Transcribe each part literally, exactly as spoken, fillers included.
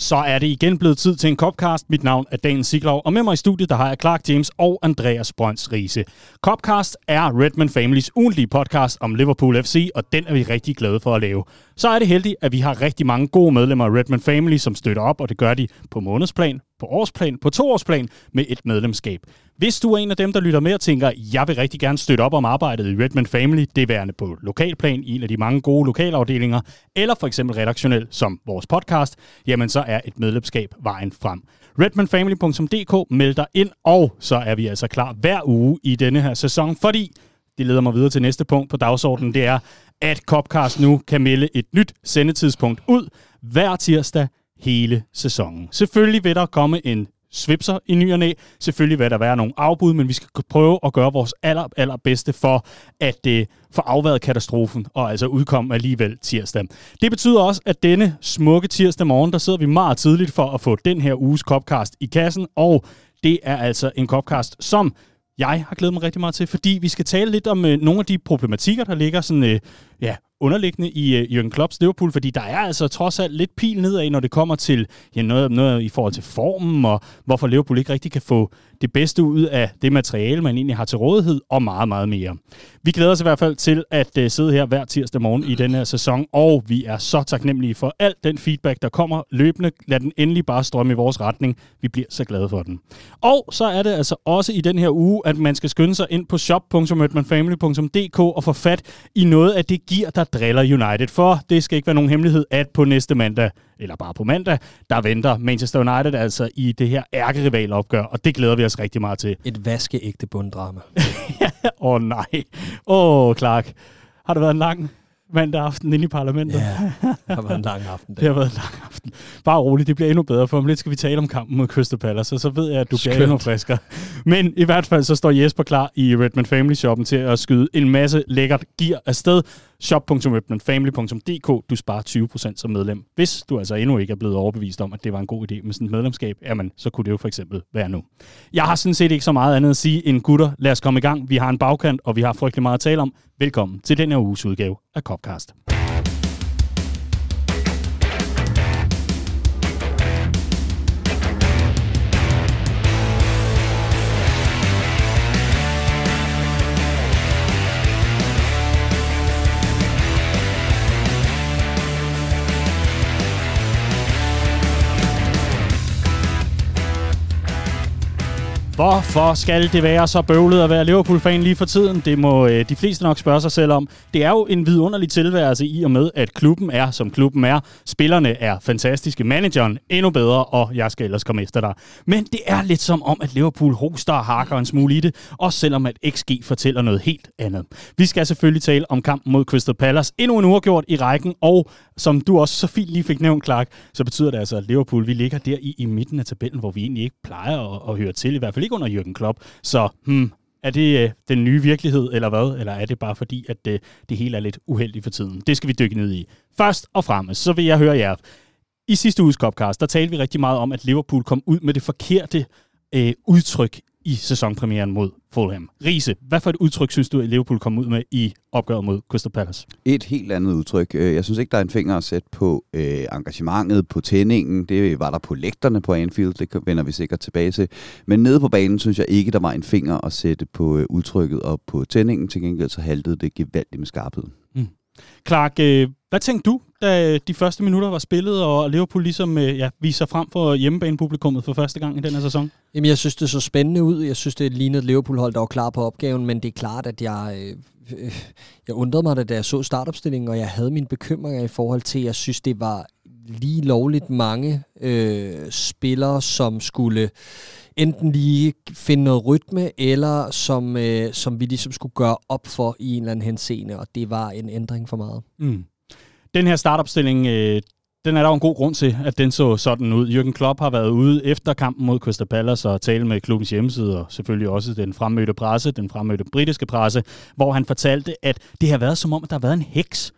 Så er det igen blevet tid til en Copcast. Mit navn er Daniel Siglov, og med mig i studiet, der har jeg Clark James og Andreas Brøns Riise. Copcast er Redman Families ugentlige podcast om Liverpool F C, og den er vi rigtig glade for at lave. Så er det heldigt, at vi har rigtig mange gode medlemmer af Redman Family, som støtter op, og det gør de på månedsplan, på årsplan, på toårsplan med et medlemskab. Hvis du er en af dem, der lytter med og tænker, jeg vil rigtig gerne støtte op om arbejdet i Redman Family, det er værende på lokalplan i en af de mange gode lokalafdelinger, eller for eksempel redaktionelt som vores podcast, jamen så er et medlemskab vejen frem. redman family punktum d k, meld dig ind, og så er vi altså klar hver uge i denne her sæson, fordi det leder mig videre til næste punkt på dagsordenen, det er, at Copcast nu kan melde et nyt sendetidspunkt ud hver tirsdag hele sæsonen. Selvfølgelig vil der komme en svipser i ny og næ. Selvfølgelig vil der være nogle afbud, men vi skal prøve at gøre vores aller, aller bedste for at øh, få afværet katastrofen og altså udkomme alligevel tirsdag. Det betyder også, at denne smukke tirsdag morgen, der sidder vi meget tidligt for at få den her uges Copcast i kassen, og det er altså en Copcast, som jeg har glædet mig rigtig meget til, fordi vi skal tale lidt om øh, nogle af de problematikker, der ligger sådan, øh, ja, underliggende i øh, Jürgen Klopps Liverpool, fordi der er altså trods alt lidt pil nedad, når det kommer til ja, noget, noget i forhold til formen, og hvorfor Liverpool ikke rigtig kan få det bedste ud af det materiale, man egentlig har til rådighed, og meget, meget mere. Vi glæder os i hvert fald til at uh, sidde her hver tirsdag morgen i denne her sæson, og vi er så taknemmelige for al den feedback, der kommer løbende. Lad den endelig bare strømme i vores retning. Vi bliver så glade for den. Og så er det altså også i den her uge, at man skal skynde sig ind på shop punktum redman family punktum d k og få fat i noget af det gear, der driller United. For det skal ikke være nogen hemmelighed, at på næste mandag, eller bare på mandag, der venter Manchester United altså i det her ærkerivalopgør, og det glæder vi os rigtig meget til. Et vaskeægte bunddrama. Åh oh, nej. Åh, oh, Clark. Har det været en lang mandag aften inde i parlamentet? Ja, det har været en lang aften. Det har været en lang aften. Bare roligt, det bliver endnu bedre, for om lidt skal vi tale om kampen mod Crystal Palace, og så ved jeg, at du bliver endnu friskere. Men i hvert fald så står Jesper klar i Redman Family Shoppen til at skyde en masse lækkert gear afsted. shop punktum redman family punktum d k. Du sparer tyve procent som medlem. Hvis du altså endnu ikke er blevet overbevist om, at det var en god idé med sådan et medlemskab, jamen, så kunne det jo for eksempel være nu. Jeg har sådan set ikke så meget andet at sige end gutter. Lad os komme i gang. Vi har en bagkant, og vi har frygtelig meget at tale om. Velkommen til den her uges udgave af Copcast. Hvorfor skal det være så bøvlet at være Liverpool-fan lige for tiden? Det må øh, de fleste nok spørge sig selv om. Det er jo en vidunderlig tilværelse i og med, at klubben er, som klubben er. Spillerne er fantastiske. Manageren endnu bedre, og jeg skal ellers komme efter dig. Men det er lidt som om, at Liverpool hoster og hakker en smule i det, også selvom at X G fortæller noget helt andet. Vi skal selvfølgelig tale om kampen mod Crystal Palace. Endnu en uafgjort i rækken, og som du også så fint lige fik nævnt, Clark, så betyder det altså, at Liverpool, vi ligger der i, i midten af tabellen, hvor vi egentlig ikke plejer at, at høre til, i hvert fald ikke under Jürgen Klopp. Så hmm, er det øh, den nye virkelighed, eller hvad? Eller er det bare fordi, at øh, det hele er lidt uheldigt for tiden? Det skal vi dykke ned i. Først og fremmest, så vil jeg høre jer. I sidste uges Copcast, der talte vi rigtig meget om, at Liverpool kom ud med det forkerte øh, udtryk i sæsonpremieren mod Fulham. Riise, hvad for et udtryk synes du, at Liverpool kom ud med i opgøret mod Crystal Palace? Et helt andet udtryk. Jeg synes ikke, der er en finger at sætte på øh, engagementet, på tændingen. Det var der på lægterne på Anfield, det vender vi sikkert tilbage til. Men nede på banen synes jeg ikke, der var en finger at sætte på øh, udtrykket og på tændingen. Til gengæld så haltede det gevaldigt med skarphed. Mm. Clark, øh, hvad tænkte du, da de første minutter var spillet, og Liverpool ligesom øh, ja, viser frem for hjemmebanepublikummet for første gang i den her sæson? Jamen, jeg synes, det så spændende ud. Jeg synes, det lignede et Liverpool-hold, der var klar på opgaven, men det er klart, at jeg, øh, jeg undrede mig, da jeg så startopstillingen, og jeg havde mine bekymringer i forhold til, at jeg synes, det var lige lovligt mange øh, spillere, som skulle enten lige finde noget rytme, eller som, øh, som vi ligesom skulle gøre op for i en eller anden henseende, og det var en ændring for meget. Mm. Den her startopstilling, øh, den er der jo en god grund til, at den så sådan ud. Jürgen Klopp har været ude efter kampen mod Crystal Palace og tale med klubbens hjemmeside, og selvfølgelig også den fremmødte presse, den fremmødte britiske presse, hvor han fortalte, at det har været som om, at der har været en heks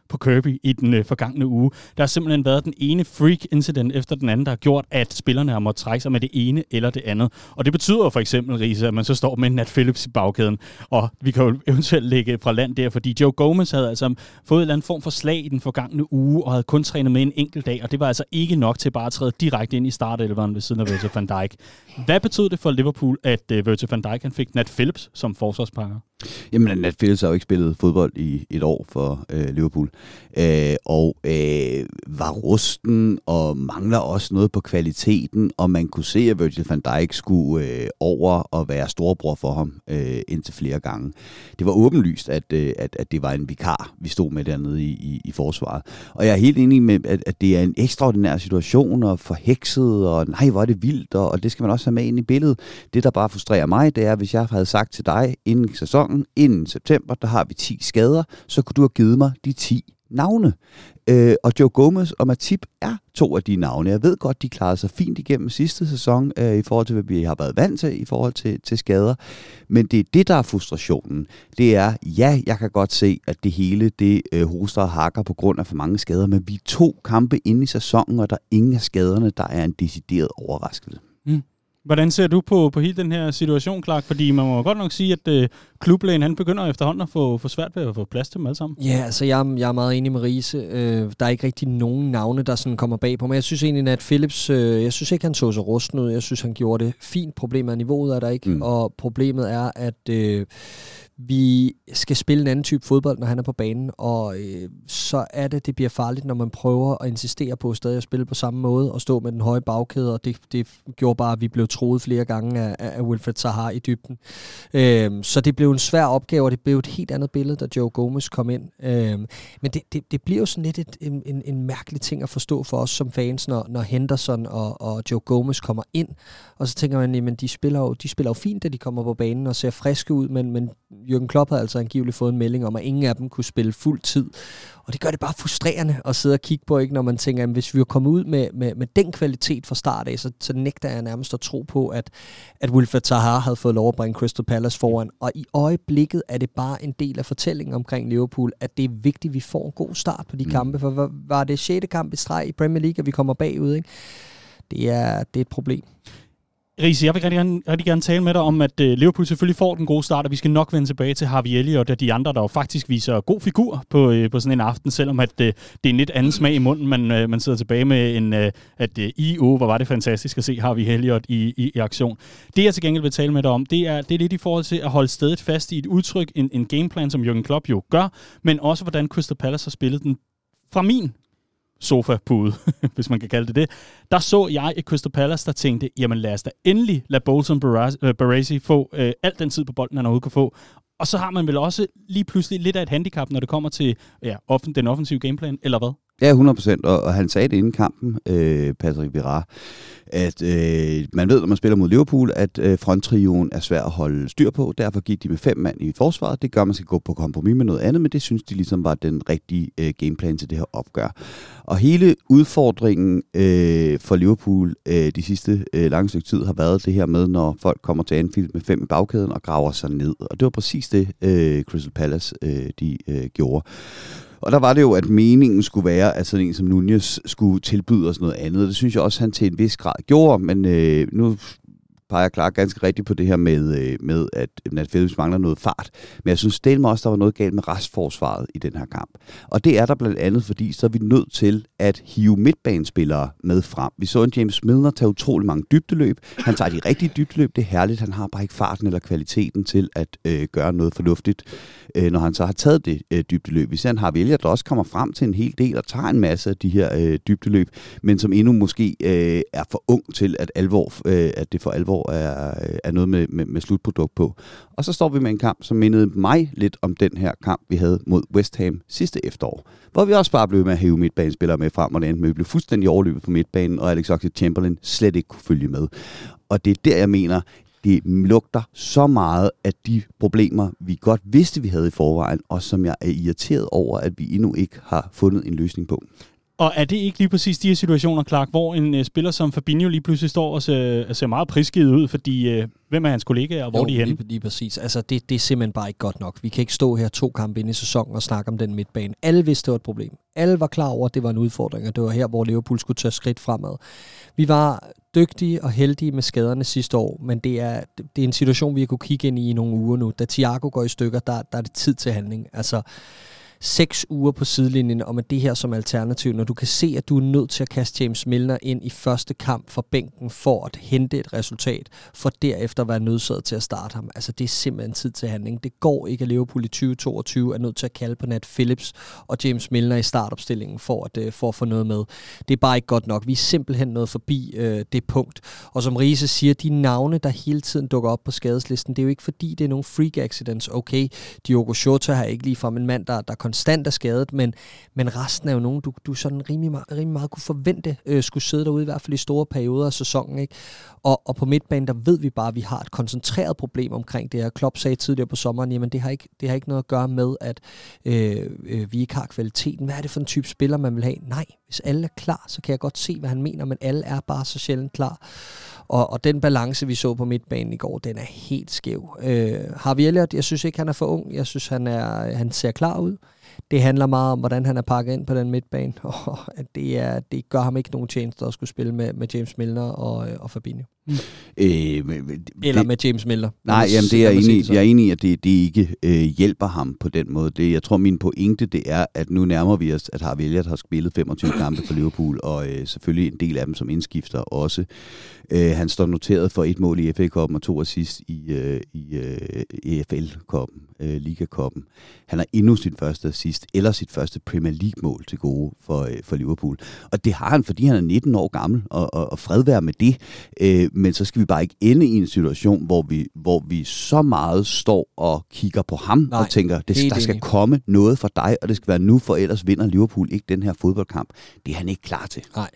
på Kirby i den øh, forgangne uge. Der har simpelthen været den ene freak-incident efter den anden, der har gjort, at spillerne har måttet trække sig med det ene eller det andet. Og det betyder for eksempel, Riese, at man så står med Nat Phillips i bagkæden, og vi kan jo eventuelt lægge fra land der, fordi Joe Gomez havde altså fået en eller anden form for slag i den forgangne uge, og havde kun trænet med en enkelt dag, og det var altså ikke nok til bare at træde direkte ind i startelveren ved siden af Virgil van Dijk. Hvad betød det for Liverpool, at uh, Virgil van Dijk han fik Nat Phillips som forsvarspakker? Jamen, Nat Phillips har jo ikke spillet fodbold i et år for øh, Liverpool, øh, og øh, var rusten og mangler også noget på kvaliteten, og man kunne se, at Virgil van Dijk skulle øh, over og være storebror for ham øh, indtil flere gange. Det var åbenlyst, at, øh, at, at det var en vikar, vi stod med dernede i, i, i forsvaret. Og jeg er helt enig med, at, at det er en ekstraordinær situation, og forhekset, og nej, hvor er det vildt, og, og det skal man også have med ind i billedet. Det, der bare frustrerer mig, det er, hvis jeg havde sagt til dig inden sæsonen, inden september, der har vi ti skader, så kunne du have givet mig de ti navne. Øh, og Joe Gomez og Matip er to af de navne. Jeg ved godt, de klarede sig fint igennem sidste sæson, øh, i forhold til, hvad vi har været vant til, i forhold til, til skader. Men det er det, der er frustrationen. Det er, ja, jeg kan godt se, at det hele, det øh, hoster og hakker på grund af for mange skader, men vi er to kampe inde i sæsonen, og der er ingen af skaderne, der er en decideret overraskelse. Mm. Hvordan ser du på, på hele den her situation, Clark? Fordi man må godt nok sige, at øh, klublægen han begynder efterhånden at få, få svært ved at få plads til dem alle sammen. Ja, altså jeg, jeg er meget enig med Riese. Øh, der er ikke rigtig nogen navne, der sådan kommer bag på. Men jeg synes egentlig, at Phillips, øh, jeg synes ikke, han så så rusten ud. Jeg synes, han gjorde det fint. Problemet er, niveauet er der ikke. Mm. Og problemet er, at øh, vi skal spille en anden type fodbold, når han er på banen. Og øh, så er det, det bliver farligt, når man prøver at insistere på stadig at spille på samme måde og stå med den høje bagkæde. Og det, det gjorde bare, at vi blev troet flere gange af, af Wilfred Zaha i dybden. Øh, så det blev en svær opgave, og det blev et helt andet billede, da Joe Gomez kom ind. Øh, men det, det, det bliver jo sådan lidt et, en, en, en mærkelig ting at forstå for os som fans, når, når Henderson og, og Joe Gomez kommer ind. Og så tænker man, jamen de spiller jo, de spiller jo fint, da de kommer på banen og ser friske ud, men, men Jürgen Klopp havde altså angiveligt fået en melding om, at ingen af dem kunne spille fuld tid. Og det gør det bare frustrerende at sidde og kigge på, ikke, når man tænker, at hvis vi var kommet ud med, med, med den kvalitet fra start af, så, så nægter jeg nærmest at tro på, at, at Wilfred Zaha havde fået lov at bringe Crystal Palace foran. Og i øjeblikket er det bare en del af fortællingen omkring Liverpool, at det er vigtigt, at vi får en god start på de mm. kampe. For var det sjette kamp i streg i Premier League, og vi kommer bagud, ikke? Det er, det er et problem. Riese, jeg vil rigtig gerne, rigtig gerne tale med dig om, at uh, Liverpool selvfølgelig får den gode start, og vi skal nok vende tilbage til Harvey Elliott og de andre, der jo faktisk viser god figur på, uh, på sådan en aften, selvom at, uh, det er en lidt anden smag i munden, man, uh, man sidder tilbage med en, uh, at uh, I O, hvor var det fantastisk at se Harvey Elliott i, i, i aktion. Det jeg til gengæld vil tale med dig om, det er, det er lidt i forhold til at holde stedet fast i et udtryk, en, en gameplan, som Jürgen Klopp jo gør, men også hvordan Crystal Palace har spillet den fra min sofa-pude, hvis man kan kalde det det. Der så jeg et Crystal Palace, der tænkte, jamen lad os da endelig lade Bolton Baresi få øh, alt den tid på bolden, han overhovedet kan få. Og så har man vel også lige pludselig lidt af et handicap, når det kommer til ja, offen, den offensive gameplan, eller hvad? Ja, hundrede procent, og, og han sagde det inden kampen, øh, Patrick Vieira, at øh, man ved, når man spiller mod Liverpool, at øh, fronttrioen er svær at holde styr på. Derfor gik de med fem mand i forsvaret. Det gør, man skal gå på kompromis med noget andet, men det synes de ligesom var den rigtige øh, gameplan til det her opgør. Og hele udfordringen øh, for Liverpool øh, de sidste øh, lange stykke tid har været det her med, når folk kommer til Anfield med fem i bagkæden og graver sig ned. Og det var præcis det, øh, Crystal Palace øh, de øh, gjorde. Og der var det jo, at meningen skulle være, at sådan en som Nunez skulle tilbyde os noget andet. Det synes jeg også, han til en vis grad gjorde, men øh, nu peger Clark ganske rigtigt på det her med, øh, med at Nat Phillips mangler noget fart. Men jeg synes del mig også, der var noget galt med restforsvaret i den her kamp. Og det er der blandt andet, fordi så er vi nødt til at hive midtbanespillere med frem. Vi så en James Milner tage utrolig mange dybdeløb. Han tager de rigtige dybdeløb, det er herligt. Han har bare ikke farten eller kvaliteten til at øh, gøre noget fornuftigt, øh, når han så har taget det øh, dybdeløb. Vi ser, han har vælger, der også kommer frem til en hel del og tager en masse af de her øh, dybdeløb, men som endnu måske øh, er for ung til, at, alvor, øh, at det for alvor Er, er noget med, med, med slutprodukt på. Og så står vi med en kamp, som mindede mig lidt om den her kamp, vi havde mod West Ham sidste efterår, hvor vi også bare blev med at hæve midtbanespillere med frem, og det endte med, at vi blev fuldstændig overløbet på midtbanen, og Alex Oxlade-Chamberlain slet ikke kunne følge med. Og det er der, jeg mener, det lugter så meget af de problemer, vi godt vidste, vi havde i forvejen, og som jeg er irriteret over, at vi endnu ikke har fundet en løsning på. Og er det ikke lige præcis de her situationer, Clark, hvor en uh, spiller som Fabinho lige pludselig står og ser, ser meget prisgivet ud, fordi uh, hvem er hans kollegaer, og hvor jo, de er henne? Lige, lige præcis. Altså, det, det er simpelthen bare ikke godt nok. Vi kan ikke stå her to kampe ind i sæsonen og snakke om den midtbane. Alle vidste, det var et problem. Alle var klar over, at det var en udfordring, og det var her, hvor Liverpool skulle tage skridt fremad. Vi var dygtige og heldige med skaderne sidste år, men det er, det er en situation, vi har kunne kigge ind i i nogle uger nu. Da Thiago går i stykker, der, der er det tid til handling. Altså, seks uger på sidelinjen, og med det her som alternativ, når du kan se, at du er nødt til at kaste James Milner ind i første kamp for bænken for at hente et resultat, for derefter at være nødsaget til at starte ham. Altså, det er simpelthen tid til handling. Det går ikke, at Liverpool i tyve toogtyve er nødt til at kalde på Nat Phillips og James Milner i startopstillingen for at, for at få noget med. Det er bare ikke godt nok. Vi er simpelthen nået forbi øh, det punkt. Og som Riese siger, de navne, der hele tiden dukker op på skadeslisten, det er jo ikke fordi, det er nogle freak accidents. Okay, Diogo Jota har ikke ligefrem en mand, der, der konstant er skadet, men, men resten er jo nogen, du, du sådan rimelig, rimelig meget kunne forvente, øh, skulle sidde derude, i hvert fald i store perioder af sæsonen. Ikke? Og, og på midtbanen, der ved vi bare, at vi har et koncentreret problem omkring det her. Klopp sagde tidligere på sommeren, jamen det har ikke, det har ikke noget at gøre med, at øh, øh, vi ikke har kvaliteten. Hvad er det for en type spiller, man vil have? Nej, hvis alle er klar, så kan jeg godt se, hvad han mener, men alle er bare så sjældent klar. Og, og den balance, vi så på midtbanen i går, den er helt skæv. Øh, Harvey Elliott, jeg synes ikke, han er for ung. Jeg synes, han, er, han ser klar ud. Det handler meget om, hvordan han er pakket ind på den midtbane, og det, er, det gør ham ikke nogen tjeneste at skulle spille med, med James Milner og, og Fabinho. Mm. Øh, men, Eller det, med James Milner. Nej, jamen det er jeg, enig, jeg er enig i, at det, det ikke øh, hjælper ham på den måde. Det, jeg tror, min pointe det er, at nu nærmer vi os, at Harvey Elliott har spillet femogtyve kampe for Liverpool, og øh, selvfølgelig en del af dem som indskifter også. Øh, han står noteret for et mål i F A-koppen og to assist i, øh, i øh, E F L-koppen, øh, Liga-koppen. Han har endnu sit første assist, eller sit første Premier League-mål til gode for, øh, for Liverpool. Og det har han, fordi han er nitten år gammel, og, og, og fred være med det. Øh, men så skal vi bare ikke ende i en situation, hvor vi, hvor vi så meget står og kigger på ham. Nej, og tænker, det, der skal enig. komme noget fra dig, og det skal være nu, for ellers vinder Liverpool ikke den her fodboldkamp. Det er han ikke klar til. Nej.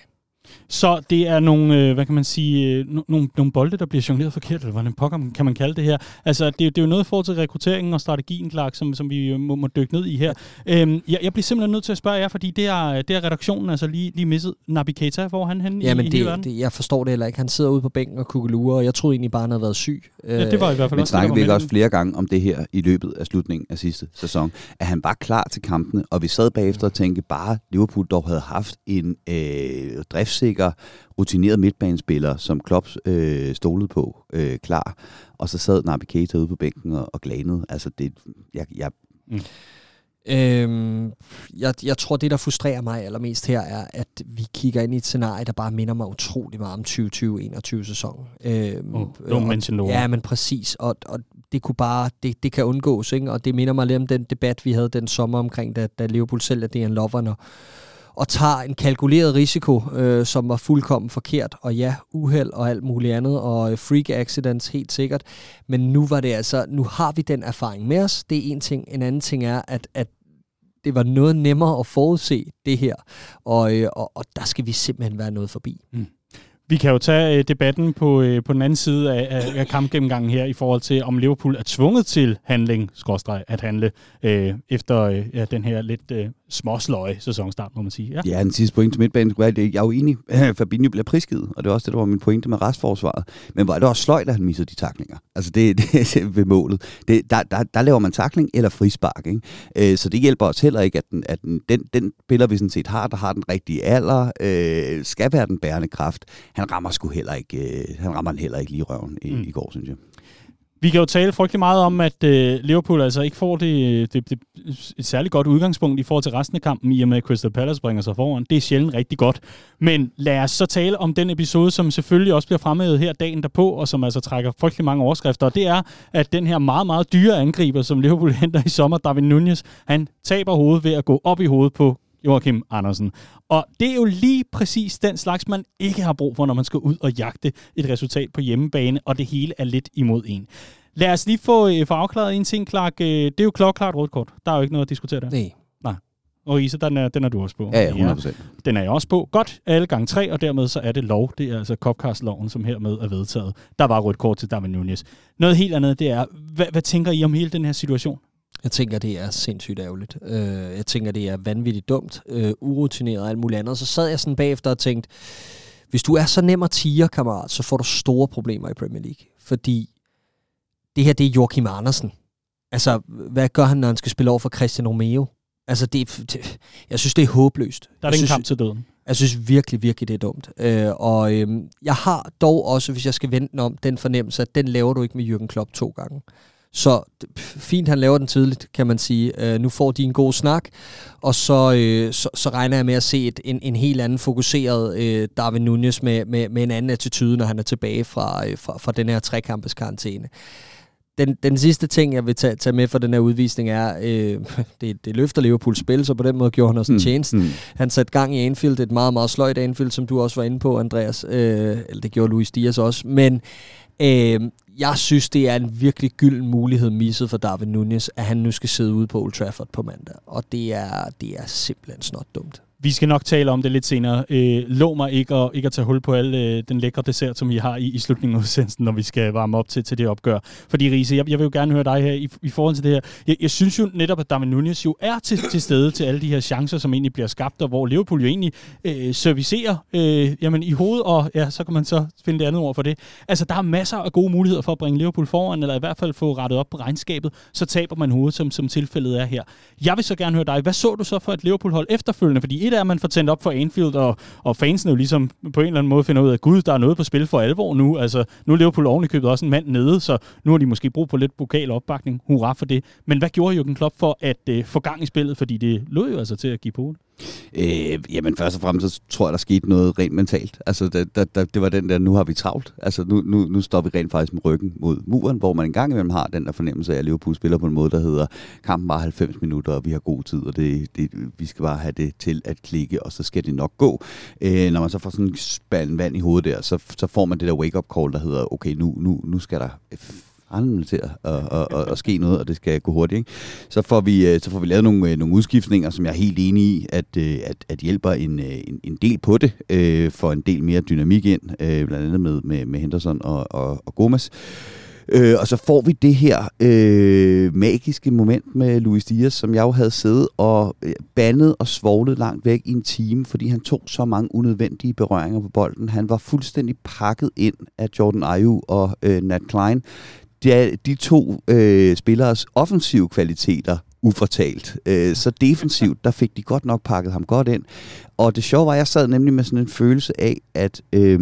Så det er nogle, hvad kan man sige, nogle, nogle bolde, der bliver jongleret forkert, eller hvordan pokker kan man kalde det her. Altså, det, det er jo noget i forhold til rekrutteringen og strategien, Clark, som, som vi må, må dykke ned i her. Øhm, jeg, jeg bliver simpelthen nødt til at spørge jer, fordi det er, det er redaktionen altså lige, lige misset. Naby Keita, hvor han henne ja, i, men i det, hele verden? Det, jeg forstår det heller ikke. Han sidder ude på bænken og kukkelurer, og jeg troede egentlig bare, han havde været syg. Ja, det var i hvert fald men også. Men snakkede vi ikke også flere gange om det her i løbet af slutningen af sidste sæson, at han var klar til kampene, og vi sad bagefter og tænkte, bare Liverpool dog havde haft en øh, driftsikker, rutineret midtbanespiller, som Klopp øh, stolede på, øh, klar. Og så sad Naby Keita ude på bænken og, og glanede. Altså, det... Jeg, jeg mm. Øhm, jeg, jeg tror, det, der frustrerer mig allermest her, er, at vi kigger ind i et scenarie, der bare minder mig utrolig meget om tyve tyve enogtyve sæsonen. Øhm, oh, og, ja, men præcis. Og, og det kunne bare, det, det kan undgås, ikke? Og det minder mig lidt om den debat, vi havde den sommer omkring, da, da Liverpool selv er det en lover, når og tager en kalkuleret risiko, øh, som var fuldkommen forkert, og ja, uheld og alt muligt andet, og freak accidents helt sikkert, men nu var det altså, nu har vi den erfaring med os, det er en ting, en anden ting er, at, at det var noget nemmere at forudse det her, og, øh, og, og der skal vi simpelthen være noget forbi. Mm. Vi kan jo tage øh, debatten på, øh, på den anden side af, af kampgennemgangen her i forhold til, om Liverpool er tvunget til handling, skråstreg, at handle øh, efter øh, ja, den her lidt øh, småsløje sæsonstart, må man sige. Ja, ja den sidste point til midtbanen, jeg er jo enig, Fabinho bliver prisgivet, og det er også det, der var min pointe med restforsvaret. Men var det også sløjt, at han missede de taklinger? Altså det, det er ved målet. Det, der, der, der laver man takling eller frispark, ikke? Øh, så det hjælper os heller ikke, at, den, at den, den, den spiller, vi sådan set har, der har den rigtige alder, øh, skal være den bærende kraft. Han rammer sgu heller ikke, øh, han rammer heller ikke lige røven i, mm. i går, synes jeg. Vi kan jo tale frygtelig meget om, at øh, Liverpool altså ikke får det, det, det, et særligt godt udgangspunkt i forhold til resten af kampen, i og med at Crystal Palace bringer sig foran. Det er sjældent rigtig godt. Men lad os så tale om den episode, som selvfølgelig også bliver fremhævet her dagen derpå, og som altså trækker frygtelig mange overskrifter. Og det er, at den her meget, meget dyre angriber, som Liverpool henter i sommer, David Núñez, han taber hovedet ved at gå op i hovedet på Joachim Andersen. Og det er jo lige præcis den slags, man ikke har brug for, når man skal ud og jagte et resultat på hjemmebane, og det hele er lidt imod en. Lad os lige få, få afklaret en ting, Clark. Det er jo klokklart rødt kort. Der er jo ikke noget at diskutere der. Nej. Nej. Og Isa, den er, den er du også på. Ja, ja, hundrede procent. Ja, den er jeg også på. Godt, alle gange tre, og dermed så er det lov. Det er altså Copcast-loven, som hermed er vedtaget. Der var rødt kort til David Núñez. Noget helt andet, det er, hvad, hvad tænker I om hele den her situation? Jeg tænker, det er sindssygt ærgerligt. Uh, jeg tænker, det er vanvittigt dumt, uh, urutineret og alt muligt andet. Så sad jeg sådan bagefter og tænkte, hvis du er så nem at tiger, kammerat, så får du store problemer i Premier League. Fordi det her, det er Joachim Andersen. Altså, hvad gør han, når han skal spille over for Christian Romero? Altså, det, det, jeg synes, det er håbløst. Der er det en kamp til døden. Jeg synes virkelig, virkelig, det er dumt. Øh, og øh, jeg har dog også, hvis jeg skal vente den om, den fornemmelse, at den laver du ikke med Jürgen Klopp to gange. Så fint, han laver den tidligt, kan man sige. Øh, nu får de en god snak, og så, øh, så, så regner jeg med at se et, en, en helt anden fokuseret øh, Darwin Núñez med, med, med en anden attitude, når han er tilbage fra, øh, fra, fra den her trekampes karantæne. Den, den sidste ting, jeg vil tage, tage med for den her udvisning er, øh, det, det løfter Liverpools spil, så på den måde gjorde han også en tjeneste. Mm, mm. Han satte gang i Anfield, et meget, meget sløjt Anfield, som du også var inde på, Andreas. Øh, eller det gjorde Luis Diaz også. Men øh, jeg synes, det er en virkelig gylden mulighed misset for Darwin Núñez, at han nu skal sidde ude på Old Trafford på mandag. Og det er, det er simpelthen snot dumt. Vi skal nok tale om det lidt senere. Øh, lov mig ikke at, ikke at tage hul på al øh, den lækre dessert, som I har i, i slutningen af udsendelsen, når vi skal varme op til, til det opgør. Fordi Riese, jeg, jeg vil jo gerne høre dig her i, i forhold til det her. Jeg, jeg synes jo netop, at Darwin Núñez jo er til, til stede til alle de her chancer, som egentlig bliver skabt, og hvor Liverpool jo egentlig øh, servicerer øh, jamen, i hovedet, og ja, så kan man så finde det andet ord for det. Altså, der er masser af gode muligheder for at bringe Liverpool foran, eller i hvert fald få rettet op på regnskabet, så taber man hovedet, som, som tilfældet er her. Jeg vil så gerne høre dig. Hvad så du så for et Liverpool-hold efterfølgende? Fordi et er, at man får tændt op for Anfield, og, og fansen jo ligesom på en eller anden måde finder ud af, at gud, der er noget på spil for alvor nu. Altså, nu er Liverpool oven i købet også en mand nede, så nu har de måske brug for lidt pokal opbakning. Hurra for det. Men hvad gjorde Jürgen Klopp for at øh, få gang i spillet? Fordi det lå jo altså til at give på det. Øh, jamen først og fremmest så tror jeg, der skete noget rent mentalt. Altså det, der, der, det var den der, nu har vi travlt. Altså nu, nu, nu står vi rent faktisk med ryggen mod muren, hvor man engang imellem har den der fornemmelse af, at Liverpool spiller på en måde, der hedder kampen bare halvfems minutter, og vi har god tid, og det, det, vi skal bare have det til at klikke, og så skal det nok gå. Øh, når man så får sådan en spand vand i hovedet der, så, så får man det der wake-up call, der hedder, okay, nu, nu, nu skal der til at, at, at, at ske noget, og det skal gå hurtigt. Ikke? Så, får vi, så får vi lavet nogle, nogle udskiftninger, som jeg er helt enig i, at, at, at hjælper en, en, en del på det, øh, for en del mere dynamik ind, øh, blandt andet med, med, med Henderson og, og, og Gomez. Øh, og så får vi det her øh, magiske moment med Luis Diaz, som jeg jo havde siddet og bandet og svoglet langt væk i en time, fordi han tog så mange unødvendige berøringer på bolden. Han var fuldstændig pakket ind af Jordan Ayew og øh, Nat Klein. De, de to øh, spilleres offensive kvaliteter ufortalt. Øh, så defensivt, der fik de godt nok pakket ham godt ind. Og det sjove var, at jeg sad nemlig med sådan en følelse af, at øh,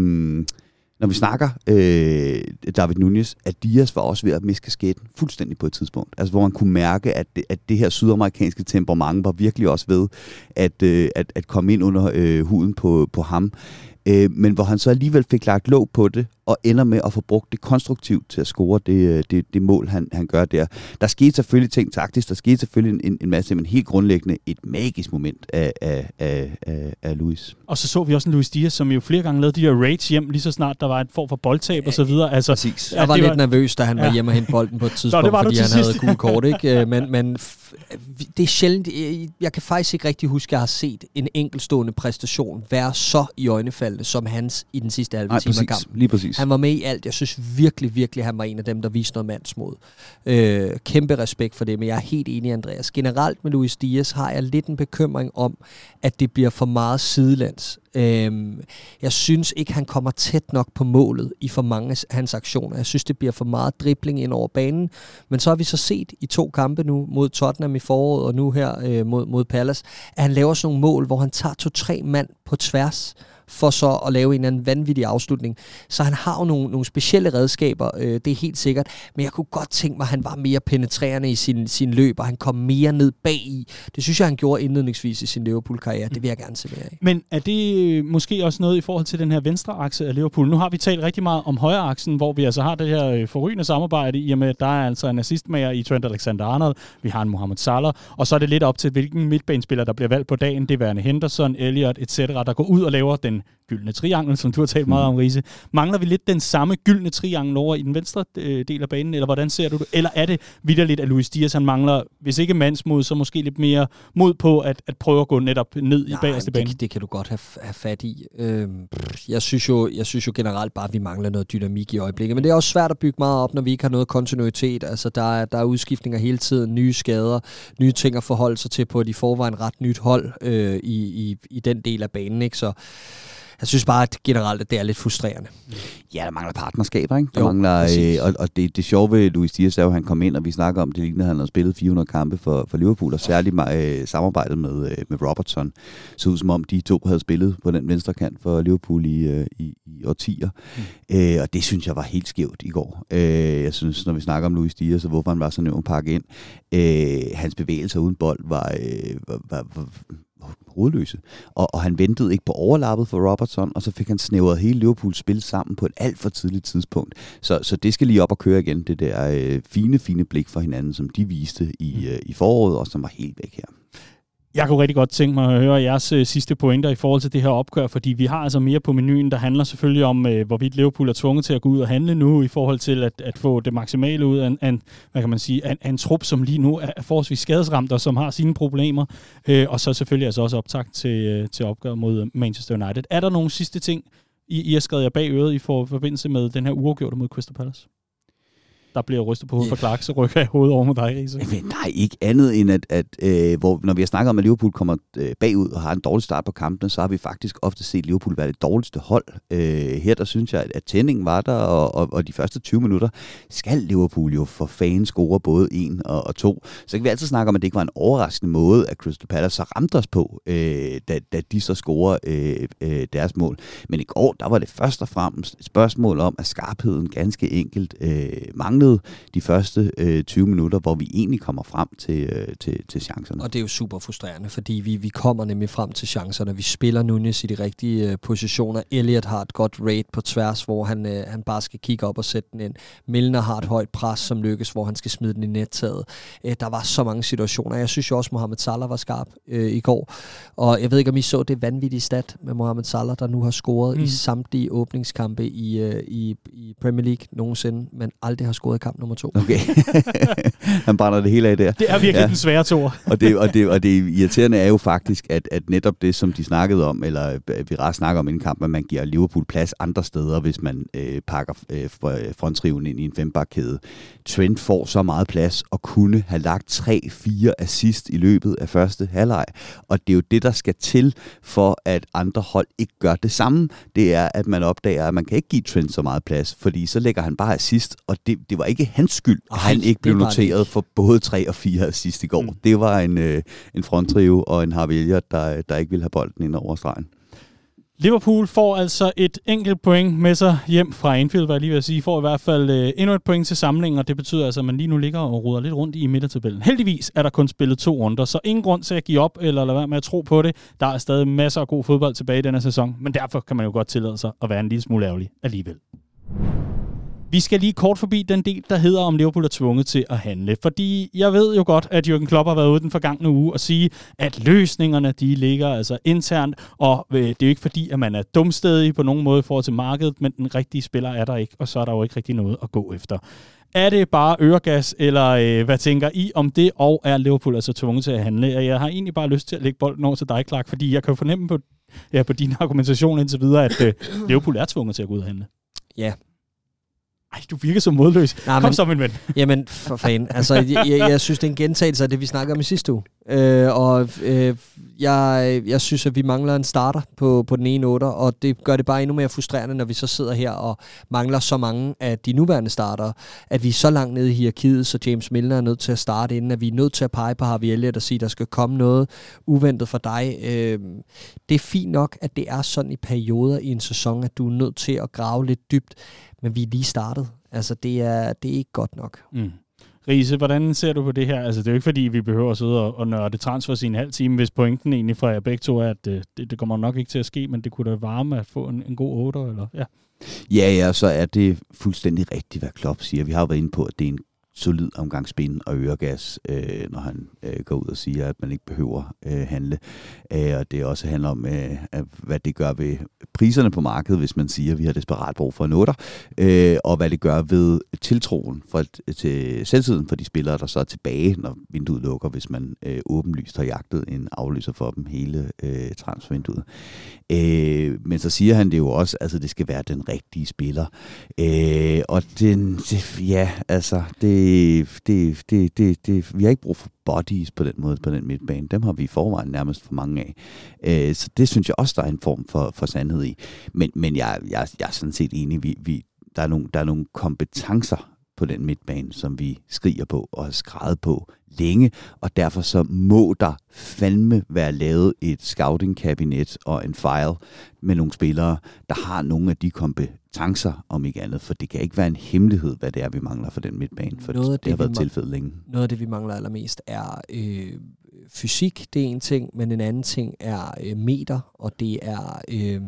når vi snakker øh, David Núñez, at Diaz var også ved at miste kasketten fuldstændig på et tidspunkt. Altså hvor man kunne mærke, at det, at det her sydamerikanske temperament var virkelig også ved at, øh, at, at komme ind under øh, huden på, på ham. Øh, men hvor han så alligevel fik lagt låg på det, og ender med at få brugt det konstruktivt til at score det, det, det mål, han, han gør der. Der skete selvfølgelig ting taktisk, der skete selvfølgelig en, en masse, men helt grundlæggende et magisk moment af, af, af, af, af Luis. Og så så vi også en Luis Diaz, som jo flere gange lavede de der raids hjem, lige så snart der var et form for boldtab og så videre. Altså, præcis. Jeg var lidt var... nervøs, da han ja. var hjemme og hente bolden på et tidspunkt, Nå, fordi han havde sidst. gul kort, ikke? Men, men det er sjældent, jeg kan faktisk ikke rigtig huske, at jeg har set en enkeltstående præstation være så i øjnefaldende som hans i den sidste halve time af kampen. Lige præcis. Han var med i alt. Jeg synes virkelig, virkelig, han var en af dem, der viste noget mandsmod. Øh, kæmpe respekt for det, men jeg er helt enig, Andreas. Generelt med Luis Diaz har jeg lidt en bekymring om, at det bliver for meget sidelands. Øh, jeg synes ikke, han kommer tæt nok på målet i for mange af hans aktioner. Jeg synes, det bliver for meget dribling ind over banen. Men så har vi så set i to kampe nu mod Tottenham i foråret, og nu her øh, mod, mod Palace, at han laver sådan nogle mål, hvor han tager to-tre mand på tværs, for så at lave en eller anden vanvittig afslutning. Så han har jo nogle, nogle specielle redskaber, øh, det er helt sikkert, men jeg kunne godt tænke mig, at han var mere penetrerende i sin, sin løb, og han kom mere ned bag i. Det synes jeg, han gjorde indledningsvis i sin Liverpool-karriere. Det vil jeg gerne se mere af. Men er det måske også noget i forhold til den her venstre akse af Liverpool? Nu har vi talt rigtig meget om højre aksen, hvor vi altså har det her forrygende samarbejde, i og med, at der er altså en assistmager i Trent Alexander-Arnold, vi har en Mohamed Salah, og så er det lidt op til, hvilken midtbanespiller, der bliver valgt på dagen, det værende Henderson, Elliott et cetera, der går ud og laver den den gyldne triangel, som du har talt meget om, Riese. Mangler vi lidt den samme gyldne triangel over i den venstre øh, del af banen, eller hvordan ser du det? Eller er det vitterligt, at Luis Diaz han mangler, hvis ikke mandsmod, så måske lidt mere mod på at, at prøve at gå netop ned Nej, i bagerste bane? Det, det kan du godt have, have fat i. Øhm, jeg, synes jo, jeg synes jo generelt bare, at vi mangler noget dynamik i øjeblikket, men det er også svært at bygge meget op, når vi ikke har noget kontinuitet. Altså, der er, der er udskiftninger hele tiden, nye skader, nye ting at forholde sig til på et i forvejen ret nyt hold øh, i, i, i den del af banen, ikke? Så jeg synes bare, at generelt at det er lidt frustrerende. Ja, der mangler partnerskaber, ikke? Der jo, mangler, øh, og, og det, det sjove ved Luis Diaz er jo, han kom ind, og vi snakker om, det lignende, han har spillet fire hundrede kampe for, for Liverpool, og særligt øh, samarbejdet med, øh, med Robertson. Så ud som om, de to havde spillet på den venstre kant for Liverpool i, øh, i, i årtier. Mm. Øh, og det synes jeg var helt skævt i går. Øh, jeg synes, når vi snakker om Luis Diaz, og hvorfor han var så nem at pakke ind, øh, hans bevægelser uden bold var... Øh, var, var, var hovedløse. Og, og han ventede ikke på overlappet for Robertson, og så fik han snævret hele Liverpools spil sammen på et alt for tidligt tidspunkt. Så, så det skal lige op og køre igen, det der øh, fine, fine blik for hinanden, som de viste i, øh, i foråret, og som var helt væk her. Jeg kunne rigtig godt tænke mig at høre jeres øh, sidste pointer i forhold til det her opgør, fordi vi har altså mere på menuen, der handler selvfølgelig om, øh, hvorvidt Liverpool er tvunget til at gå ud og handle nu, i forhold til at, at få det maksimale ud af en, en, hvad kan man sige, en, en trup, som lige nu er forholdsvis skadesramt, og som har sine problemer, øh, og så selvfølgelig altså også optakt til, øh, til opgør mod Manchester United. Er der nogle sidste ting, I, I har skrevet jer bag øret i for, forbindelse med den her uafgjorte mod Crystal Palace? Der bliver rystet på hovedet for Clark, så rykker jeg hovedet over med dig, Riese. Men nej, ikke andet end, at, at øh, hvor, når vi har snakket om, at Liverpool kommer øh, bagud og har en dårlig start på kampene, så har vi faktisk ofte set Liverpool være det dårligste hold. Øh, her der synes jeg, at, at tændingen var der, og, og, og de første tyve minutter skal Liverpool jo for fanden score både en og, og to. Så kan vi altid snakke om, at det ikke var en overraskende måde, at Crystal Palace så ramte os på, øh, da, da de så scorer øh, øh, deres mål. Men i går, der var det først og fremmest et spørgsmål om, at skarpheden ganske enkelt øh, manglede de første øh, tyve minutter, hvor vi egentlig kommer frem til, øh, til, til chancerne. Og det er jo super frustrerende, fordi vi, vi kommer nemlig frem til chancerne. Vi spiller Nunez i de rigtige øh, positioner. Elliot har et godt raid på tværs, hvor han, øh, han bare skal kigge op og sætte den ind. Milner har et højt pres, som lykkes, hvor han skal smide den i nettaget. Øh, der var så mange situationer. Jeg synes jo også, Mohamed Salah var skarp øh, i går. Og jeg ved ikke, om I så det vanvittige stat med Mohamed Salah, der nu har scoret mm. i samtlige åbningskampe i, øh, i, i Premier League nogensinde, men aldrig har scoret kamp nummer to. Okay. Han brænder det hele af der. Det er virkelig ja. den svære tor. og, det, og, det, og det irriterende er jo faktisk, at, at netop det, som de snakkede om, eller vi ret snakker om i en kamp, at man giver Liverpool plads andre steder, hvis man øh, pakker øh, fronttriven ind i en fembakkæde. Trent får så meget plads og kunne have lagt tre fire assist i løbet af første halvleg. Og det er jo det, der skal til for, at andre hold ikke gør det samme. Det er, at man opdager, at man kan ikke give Trent så meget plads, fordi så lægger han bare assist, og det, det var ikke hans skyld, at han ikke blev noteret for både tre og fire assist i går. Mm. Det var en, øh, en fronttrio og en Harvey Elliott, der, der ikke ville have bolden ind over stregen. Liverpool får altså et enkelt point med sig hjem fra Anfield, hvad jeg lige vil sige. Får i hvert fald øh, endnu et point til samlingen, og det betyder altså, at man lige nu ligger og ruder lidt rundt i midtertabellen. Heldigvis er der kun spillet to runder, så ingen grund til at give op eller lade være med at tro på det. Der er stadig masser af god fodbold tilbage i denne sæson, men derfor kan man jo godt tillade sig at være en lille smule ærgerlig alligevel. Vi skal lige kort forbi den del, der hedder, om Liverpool er tvunget til at handle. Fordi jeg ved jo godt, at Jürgen Klopp har været ude den forgangne uge og sige, at løsningerne, de ligger altså internt, og øh, det er jo ikke fordi, at man er dumstædig på nogen måde i forhold til markedet, men den rigtige spiller er der ikke, og så er der jo ikke rigtig noget at gå efter. Er det bare øregas, eller øh, hvad tænker I om det, og er Liverpool altså tvunget til at handle? Jeg har egentlig bare lyst til at lægge bolden over til dig, Clark, fordi jeg kan jo fornemme på, ja, på din argumentation indtil videre, at øh, Liverpool er tvunget til at gå ud og handle. Ja. Ej, du virker så modløs. Nej, Kom men, så, min ven. Jamen, for fanden. Altså, jeg, jeg, jeg synes, det er en gentagelse af det, vi snakker om i sidste uge. Øh, og øh, jeg, jeg synes, at vi mangler en starter på, på den ene otter, og det gør det bare endnu mere frustrerende, når vi så sidder her og mangler så mange af de nuværende startere, at vi er så langt nede i hierarkiet, så James Milner er nødt til at starte inden, at vi er nødt til at pege på Harvey Elliott og sige, at der skal komme noget uventet for dig. Øh, det er fint nok, at det er sådan i perioder i en sæson, at du er nødt til at grave lidt dybt, men vi er lige startet. Altså, det er, det er ikke godt nok. Mm. Riese, hvordan ser du på det her? Altså, det er jo ikke fordi, vi behøver at sidde og, og nørde transfers i en halv time, hvis pointen egentlig fra jer begge to er, at det, det kommer nok ikke til at ske, men det kunne da varme at få en, en god otter, eller? Ja. Ja, ja, så er det fuldstændig rigtigt, hvad Klopp siger. Vi har jo været inde på, at det er en solid omgang spin og øregas, øh, når han øh, går ud og siger, at man ikke behøver øh, handle. Øh, og det også handler om, øh, hvad det gør ved priserne på markedet, hvis man siger, at vi har desperat brug for en otter, øh, og hvad det gør ved tiltroen for, til selvtiden for de spillere, der så er tilbage, når vinduet lukker, hvis man øh, åbenlyst har jagtet en afløser for dem hele øh, transfervinduet. Øh, men så siger han det jo også, altså det skal være den rigtige spiller. Øh, og den, det, ja, altså, det, det, det, det, det, vi har ikke brug for bodies på den måde, på den midtbane. Dem har vi i forvejen nærmest for mange af. Øh, så det synes jeg også, der er en form for, for sandhed i. Men, men jeg, jeg, jeg er sådan set enig, vi, vi, der, er nogle, der er nogle kompetencer på den midtbane, som vi skriger på og har skreget på længe, og derfor så må der fandme være lavet et scouting-kabinet og en file med nogle spillere, der har nogle af de kompetencer, om ikke andet, for det kan ikke være en hemmelighed, hvad det er, vi mangler for den midtbane, for noget det, det har været tilfældet længe. Noget af det, vi mangler allermest, er øh, fysik, det er en ting, men en anden ting er øh, meter, og det er... Øh,